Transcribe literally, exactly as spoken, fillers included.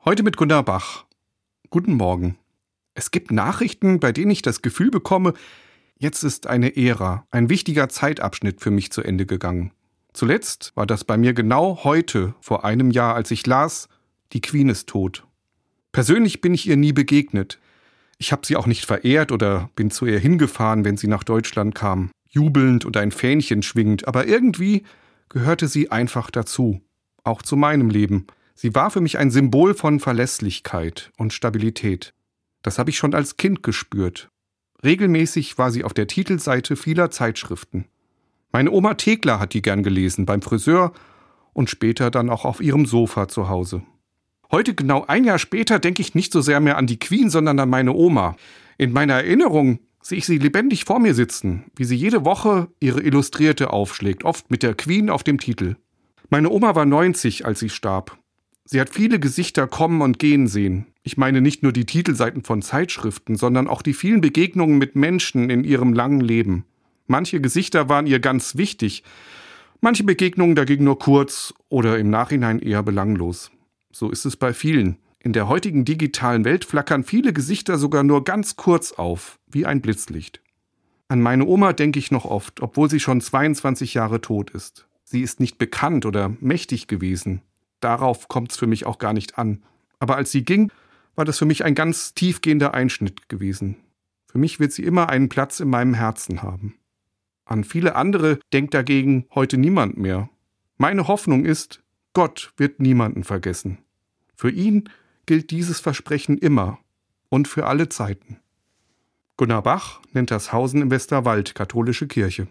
Heute mit Gunnar Bach. Guten Morgen. Es gibt Nachrichten, bei denen ich das Gefühl bekomme, jetzt ist eine Ära, ein wichtiger Zeitabschnitt für mich zu Ende gegangen. Zuletzt war das bei mir genau heute, vor einem Jahr, als ich las, die Queen ist tot. Persönlich bin ich ihr nie begegnet. Ich habe sie auch nicht verehrt oder bin zu ihr hingefahren, wenn sie nach Deutschland kam, jubelnd und ein Fähnchen schwingend, aber irgendwie gehörte sie einfach dazu, auch zu meinem Leben. Sie war für mich ein Symbol von Verlässlichkeit und Stabilität. Das habe ich schon als Kind gespürt. Regelmäßig war sie auf der Titelseite vieler Zeitschriften. Meine Oma Thekla hat die gern gelesen, beim Friseur und später dann auch auf ihrem Sofa zu Hause. Heute, genau ein Jahr später, denke ich nicht so sehr mehr an die Queen, sondern an meine Oma. In meiner Erinnerung sehe ich sie lebendig vor mir sitzen, wie sie jede Woche ihre Illustrierte aufschlägt, oft mit der Queen auf dem Titel. Meine Oma war neunzig, als sie starb. Sie hat viele Gesichter kommen und gehen sehen. Ich meine nicht nur die Titelseiten von Zeitschriften, sondern auch die vielen Begegnungen mit Menschen in ihrem langen Leben. Manche Gesichter waren ihr ganz wichtig, manche Begegnungen dagegen nur kurz oder im Nachhinein eher belanglos. So ist es bei vielen. In der heutigen digitalen Welt flackern viele Gesichter sogar nur ganz kurz auf, wie ein Blitzlicht. An meine Oma denke ich noch oft, obwohl sie schon zweiundzwanzig Jahre tot ist. Sie ist nicht bekannt oder mächtig gewesen. Darauf kommt es für mich auch gar nicht an. Aber als sie ging, war das für mich ein ganz tiefgehender Einschnitt gewesen. Für mich wird sie immer einen Platz in meinem Herzen haben. An viele andere denkt dagegen heute niemand mehr. Meine Hoffnung ist, Gott wird niemanden vergessen. Für ihn gilt dieses Versprechen immer und für alle Zeiten. Gunnar Bach nennt das Hausen im Westerwald katholische Kirche.